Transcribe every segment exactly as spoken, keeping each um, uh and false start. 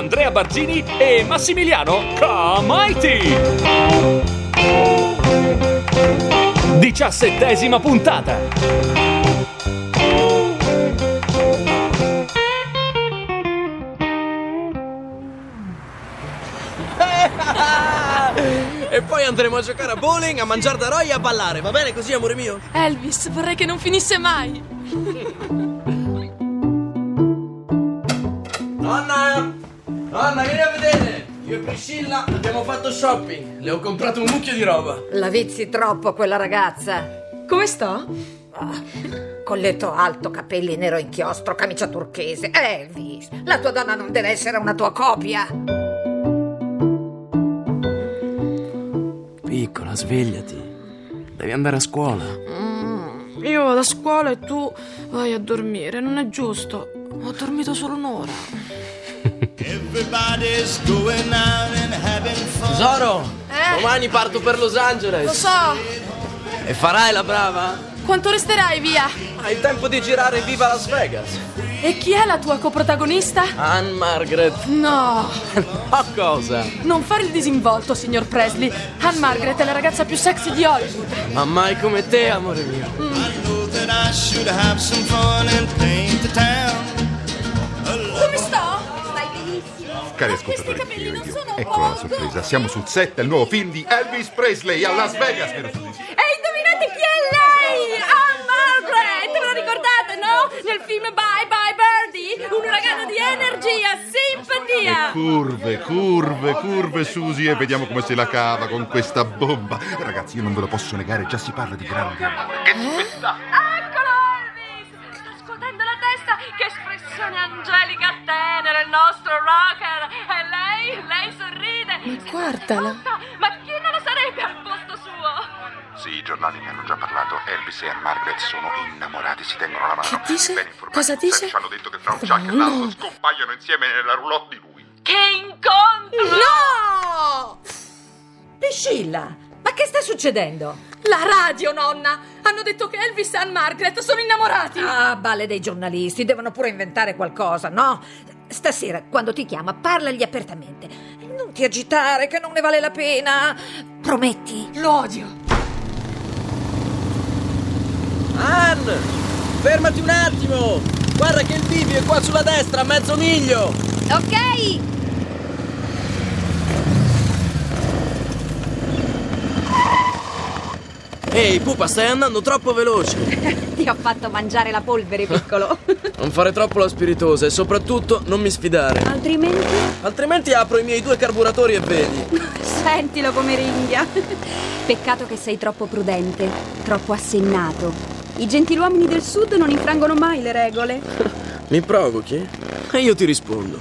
Andrea Barzini e Massimiliano Comaiti. Diciassettesima puntata. E poi andremo a giocare a bowling, a mangiare da Roy e a ballare, va bene così, amore mio? Elvis, vorrei che non finisse mai. Nonna! Nonna, vieni a vedere! Io e Priscilla abbiamo fatto shopping. Le ho comprato un mucchio di roba. La vizi troppo quella ragazza. Come sto? Ah, colletto alto, capelli nero inchiostro, camicia turchese. Elvis, la tua donna non deve essere una tua copia. Piccola, svegliati. Devi andare a scuola. Mm, io vado a scuola e tu vai a dormire, non è giusto. Ho dormito solo un'ora. Tesoro, Eh? domani parto per Los Angeles. Lo so. E farai la brava? Quanto resterai via? Hai tempo di girare Viva Las Vegas. E chi è la tua coprotagonista? Anne Margaret. No, Ma cosa? non fare il disinvolto, signor Presley. Anne Margaret è la ragazza più sexy di Hollywood. Ma mai come te, amore mio. Come sto? Cari ascoltatori di Io, io, ecco la sorpresa. Siamo sul set del nuovo film di Elvis Presley a Las Vegas, vero Suzy? E indovinate chi è lei? Anne Margaret! Ve lo ricordate, no? Nel film Bye Bye Birdie, un uragano di energia, simpatia. E curve, curve, curve, Suzy, e vediamo come se la cava con questa bomba. Ragazzi, io non ve lo posso negare, già si parla di grande amore. Che spettacolo! Eccolo Elvis! Sta scuotendo la testa! Che espressione angelica tenera il nostro rocker! E lei? Lei sorride! Ma guardala! Ma chi non lo sarebbe al posto suo? Sì, i giornali mi hanno già parlato. Elvis e Anne Margaret sono innamorati, si tengono la mano. Che dice? Ben informati. Cosa dice? Ci hanno detto che tra un giac e l'altro scompaiono insieme nella roulotte di lui. Che incontro! No! Priscilla, ma che sta succedendo? La radio, nonna! Hanno detto che Elvis e Anne Margaret sono innamorati! Ah, balle dei giornalisti, devono pure inventare qualcosa, no? Stasera, quando ti chiama, parlagli apertamente. Non ti agitare, che non ne vale la pena. Prometti? Lo odio! Anne, fermati un attimo. Guarda che il bivio è qua sulla destra, a mezzo miglio. Ok! Ehi, pupa, stai andando troppo veloce. Ti ho fatto mangiare la polvere, piccolo. Non fare troppo la spiritosa e soprattutto non mi sfidare. Altrimenti? Altrimenti apro i miei due carburatori e vedi. Sentilo come ringhia. Peccato che sei troppo prudente, troppo assennato. I gentiluomini del sud non infrangono mai le regole. Mi provochi? E io ti rispondo.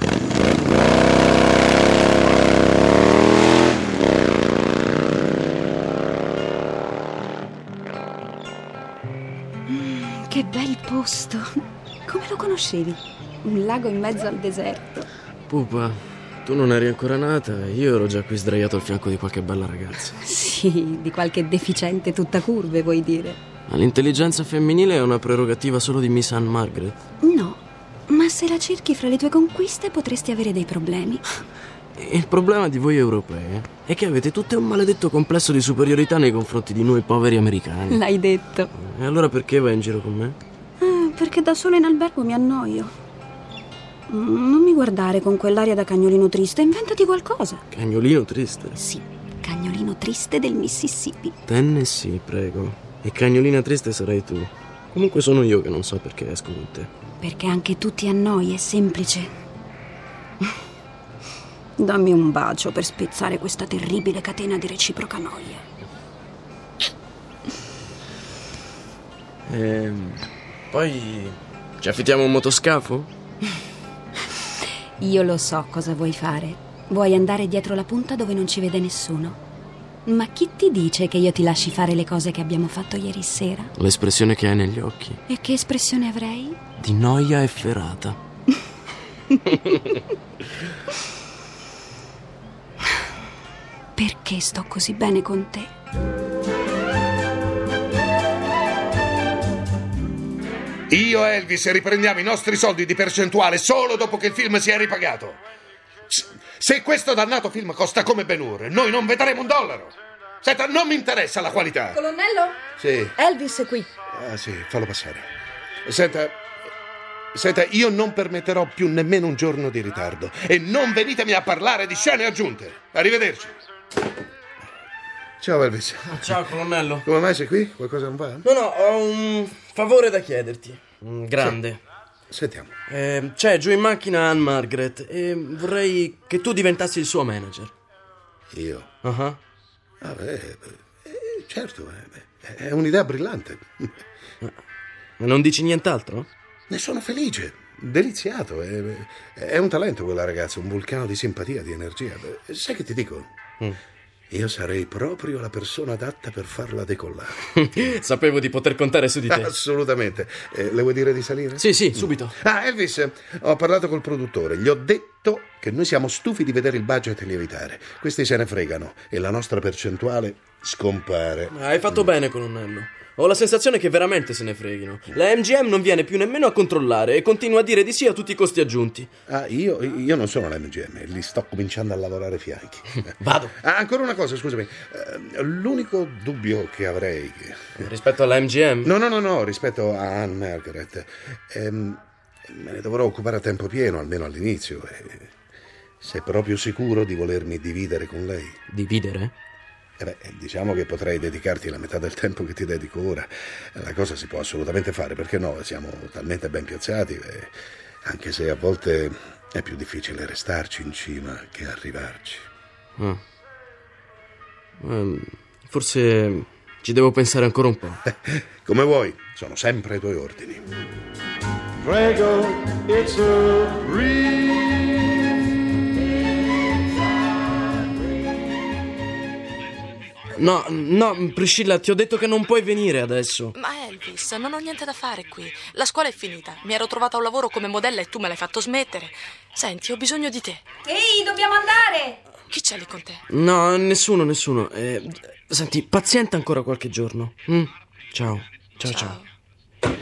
Che bel posto. Come lo conoscevi? Un lago in mezzo al deserto. Pupa, tu non eri ancora nata e io ero già qui sdraiato al fianco di qualche bella ragazza. Sì, di qualche deficiente tutta curve, vuoi dire? Ma l'intelligenza femminile è una prerogativa solo di Miss Anne Margaret? No, ma se la cerchi fra le tue conquiste potresti avere dei problemi. Il problema di voi europei è che avete tutte un maledetto complesso di superiorità nei confronti di noi poveri americani. L'hai detto. E allora perché vai in giro con me? Ah, perché da sola in albergo mi annoio. Mm, Non mi guardare con quell'aria da cagnolino triste, inventati qualcosa. Cagnolino triste? Sì, cagnolino triste del Mississippi. Tennessee, prego. E cagnolina triste sarai tu. Comunque sono io che non so perché esco con te. Perché anche tu ti annoi, è semplice. Dammi un bacio per spezzare questa terribile catena di reciproca noia. Ehm, poi ci affittiamo un motoscafo? Io lo so cosa vuoi fare. Vuoi andare dietro la punta dove non ci vede nessuno. Ma chi ti dice che io ti lasci fare le cose che abbiamo fatto ieri sera? L'espressione che hai negli occhi. E che espressione avrei? Di noia efferata. Perché sto così bene con te? Io e Elvis riprendiamo i nostri soldi di percentuale solo dopo che il film si è ripagato. Se questo dannato film costa come Ben-Hur, noi non vedremo un dollaro. Senta, non mi interessa la qualità. Colonnello? Sì. Elvis è qui. Ah, sì, fallo passare. Senta, senta, io non permetterò più nemmeno un giorno di ritardo. E non venitemi a parlare di scene aggiunte. Arrivederci. Ciao, Elvis. Ciao, colonnello. Come mai sei qui? Qualcosa non va? No, no, ho un favore da chiederti. Un grande. Sì. Sentiamo. Eh, c'è giù in macchina Anne Margaret e vorrei che tu diventassi il suo manager. Io? Uh-huh. Ah, beh, eh, certo, eh, è un'idea brillante. Ma non dici nient'altro? Ne sono felice, deliziato. È, è un talento quella ragazza, un vulcano di simpatia, di energia. Beh, sai che ti dico? Mm. Io sarei proprio la persona adatta per farla decollare. Sapevo di poter contare su di te. Assolutamente. Eh, le vuoi dire di salire? Sì, sì, subito. Ah, Elvis, ho parlato col produttore. Gli ho detto che noi siamo stufi di vedere il budget lievitare. Questi se ne fregano e la nostra percentuale scompare. Hai fatto mm. bene, colonnello. Ho la sensazione che veramente se ne freghino. La M G M non viene più nemmeno a controllare e continua a dire di sì a tutti i costi aggiunti. Ah, io, io non sono la M G M, li sto cominciando a lavorare fianchi. Vado. Ah, ancora una cosa, scusami. L'unico dubbio che avrei... Rispetto alla M G M? No, no, no, no, rispetto a Anne Margaret. Ehm, me ne dovrò occupare a tempo pieno, almeno all'inizio. E sei proprio sicuro di volermi dividere con lei? Dividere? Eh beh, diciamo che potrei dedicarti la metà del tempo che ti dedico ora. La cosa si può assolutamente fare, perché no? Siamo talmente ben piazzati, eh, anche se a volte è più difficile restarci in cima che arrivarci. Ah. Um, forse ci devo pensare ancora un po'. Come vuoi, sono sempre ai tuoi ordini. Prego, it's a real... No, no, Priscilla, ti ho detto che non puoi venire adesso. Ma Elvis, non ho niente da fare qui. La scuola è finita. Mi ero trovata un lavoro come modella e tu me l'hai fatto smettere. Senti, ho bisogno di te. Ehi, dobbiamo andare! Chi c'è lì con te? No, nessuno, nessuno. Eh, senti, pazienta ancora qualche giorno. Mm? Ciao. Ciao, ciao. ciao.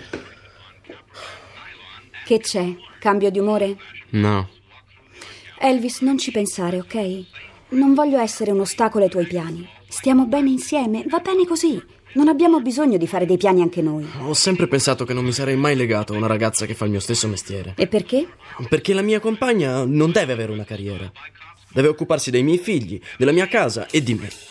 Che c'è? Cambio di umore? No. Elvis, non ci pensare, ok? Non voglio essere un ostacolo ai tuoi piani. Stiamo bene insieme, va bene così. Non abbiamo bisogno di fare dei piani anche noi. Ho sempre pensato che non mi sarei mai legato a una ragazza che fa il mio stesso mestiere. E perché? Perché la mia compagna non deve avere una carriera. Deve occuparsi dei miei figli, della mia casa e di me.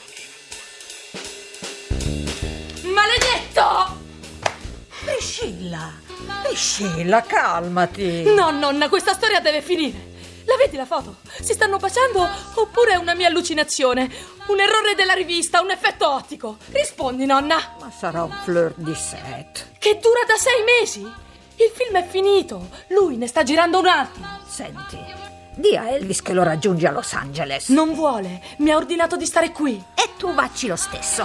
Maledetto! Priscilla, Priscilla, calmati. No, nonna, questa storia deve finire. La vedi la foto? Si stanno baciando oppure è una mia allucinazione? Un errore della rivista, un effetto ottico? Rispondi, nonna. Ma sarà un flirt di set. Che dura da sei mesi? Il film è finito. Lui ne sta girando un altro. Senti, di a Elvis che lo raggiungi a Los Angeles. Non vuole. Mi ha ordinato di stare qui. E tu vacci lo stesso.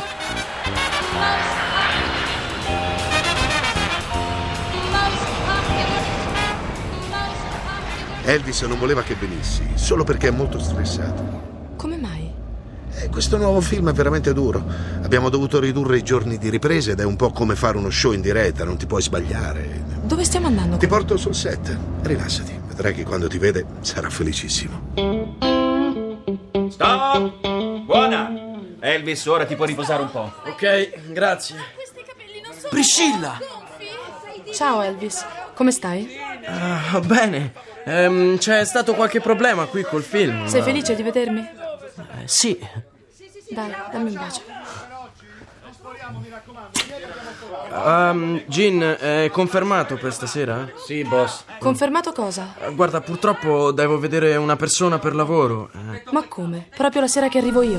Elvis non voleva che venissi, solo perché è molto stressato. Come mai? Eh, questo nuovo film è veramente duro. Abbiamo dovuto ridurre i giorni di riprese ed è un po' come fare uno show in diretta, non ti puoi sbagliare. Dove stiamo andando? Ti porto sul set, rilassati. Vedrai che quando ti vede sarà felicissimo. Stop! Buona! Elvis, ora ti puoi riposare un po'. Ok, grazie. Questi capelli non sono Priscilla! Ciao Elvis, come stai? Uh, bene. Um, c'è stato qualche problema qui col film. Sei ma... felice di vedermi? Eh, sì. Dai, dammi un bacio. Um, Gin, è confermato per stasera? Sì, boss. Confermato cosa? Uh, guarda, purtroppo devo vedere una persona per lavoro. Eh. Ma come? Proprio la sera che arrivo io?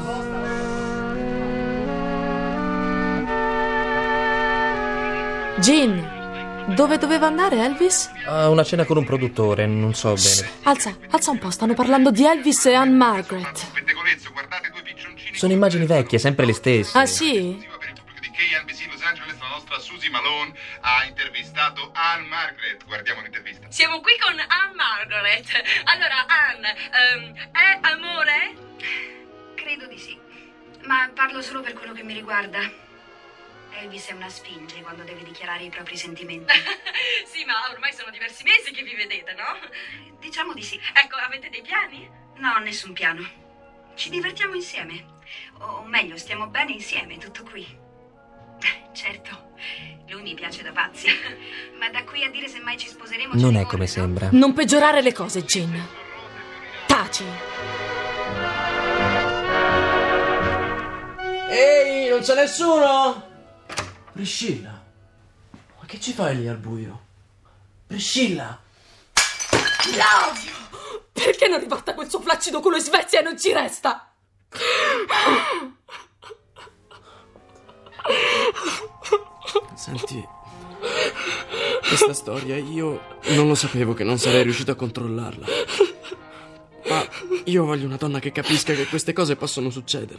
Gin, dove doveva andare Elvis? A una cena con un produttore, non so bene. Alza, alza un po', stanno parlando di Elvis e Anne Margaret. Pettegolezzo, guardate due piccioncini. Sono immagini vecchie, sempre le stesse. Ah sì? Per il pubblico di K N B C Los Angeles, la nostra Susie Malone ha intervistato Anne Margaret. Guardiamo l'intervista. Siamo qui con Anne Margaret. Allora, Anne, um, è amore? Credo di sì, ma parlo solo per quello che mi riguarda. Elvis è una sfinge quando deve dichiarare i propri sentimenti. Sì, ma ormai sono diversi mesi che vi vedete, no? Diciamo di sì. Ecco, avete dei piani? No, nessun piano. Ci divertiamo insieme. O meglio, stiamo bene insieme, tutto qui. Certo, lui mi piace da pazzi. Ma da qui a dire se mai ci sposeremo... Non è come sembra. Non peggiorare le cose, Gin. Taci. Ehi, non c'è nessuno? Priscilla, ma che ci fai lì al buio? Priscilla! La odio! Perché non riporta quel suo flaccido culo in Svezia e non ci resta? Senti, questa storia io non lo sapevo che non sarei riuscito a controllarla. Ma io voglio una donna che capisca che queste cose possono succedere.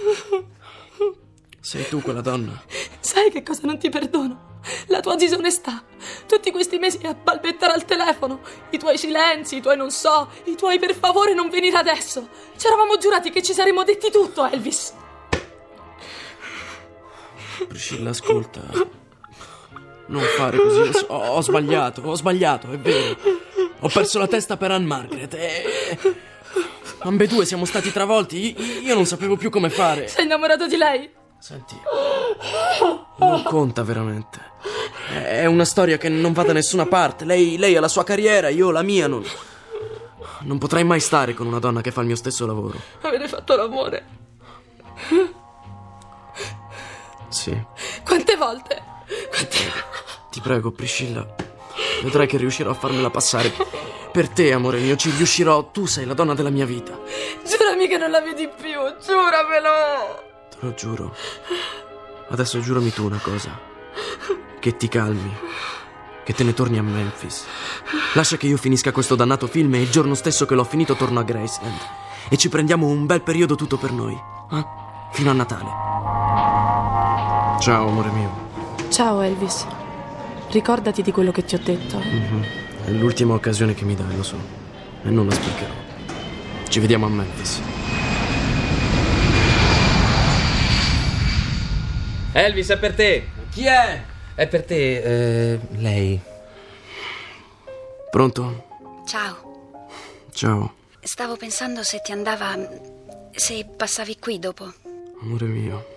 Sei tu quella donna? Sai che cosa non ti perdono? La tua disonestà. Tutti questi mesi a balbettare al telefono. I tuoi silenzi, i tuoi non so, i tuoi per favore non venire adesso. Ci eravamo giurati che ci saremmo detti tutto, Elvis. Priscilla, ascolta. Non fare così. Ho, ho sbagliato, ho sbagliato, è vero. Ho perso la testa per Anne Margaret e... ambedue siamo stati travolti. Io non sapevo più come fare. Sei innamorato di lei? Senti, non conta veramente. È una storia che non va da nessuna parte. Lei, lei ha la sua carriera, io la mia. Non, non potrei mai stare con una donna che fa il mio stesso lavoro. Avete fatto l'amore? Sì. Quante volte? Quante... Ti prego, Priscilla. Vedrai che riuscirò a farmela passare. Per te, amore mio, ci riuscirò. Tu sei la donna della mia vita. Giurami che non la vedi più, giuramelo. Te lo giuro. Adesso giurami tu una cosa. Che ti calmi. Che te ne torni a Memphis. Lascia che io finisca questo dannato film e il giorno stesso che l'ho finito torno a Graceland. E ci prendiamo un bel periodo tutto per noi. Eh? Fino a Natale. Ciao, amore mio. Ciao, Elvis. Ricordati di quello che ti ho detto. Mm-hmm. È l'ultima occasione che mi dai, lo so. E non la sprecherò. Ci vediamo a Memphis. Elvis, è per te. Chi è? È per te, eh, lei. Pronto? Ciao. Ciao. Stavo pensando se ti andava... se passavi qui dopo. Amore mio.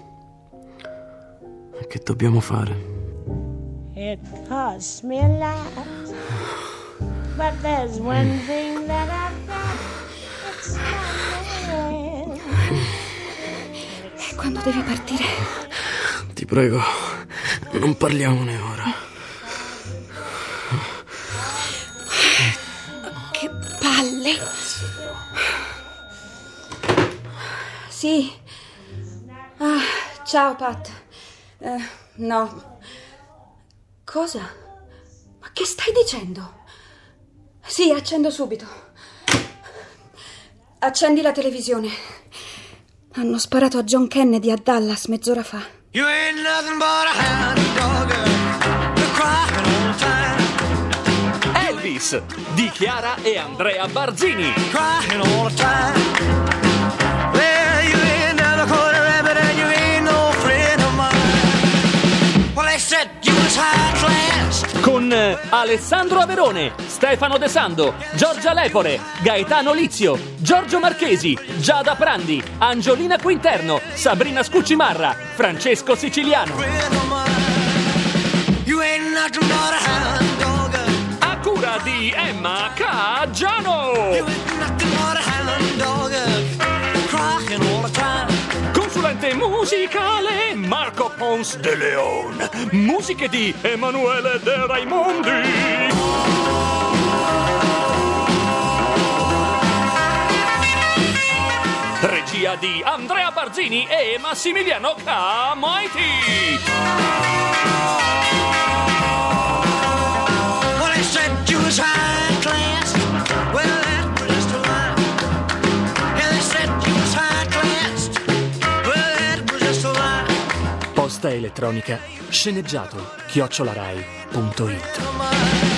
Che dobbiamo fare? It costs me a lot, but there's one thing that I've got. It's my man. E quando devi partire? Ti prego, non parliamone ora. Che palle. Sì. Ah, ciao, Pat. Eh, no. Cosa? Ma che stai dicendo? Sì, accendo subito. Accendi la televisione. Hanno sparato a John Kennedy a Dallas mezz'ora fa. You ain't nothing but a hound dog, you're crying all the time. Elvis di Chiara e Andrea Barzini. Crying all the time. Well, you ain't never caught a rabbit and you ain't no friend of mine. Well, they said you was high class. Con Alessandro Averone, Stefano De Sando, Giorgia Lepore, Gaetano Lizio, Giorgio Marchesi, Giada Prandi, Angiolina Quinterno, Sabrina Scuccimarra, Francesco Siciliano. A cura di Emma Caggiano. Consulente musicale Marco Pons de Leon. Musiche di Emanuele De Raimondi. Regia di Andrea Barzini e Massimiliano Camaiti. Well, they said you was high class. Well, that was just a lie. Yeah, they said you was high class. Well, that was just a lie. Posta elettronica sceneggiato chiocciolarai punto it.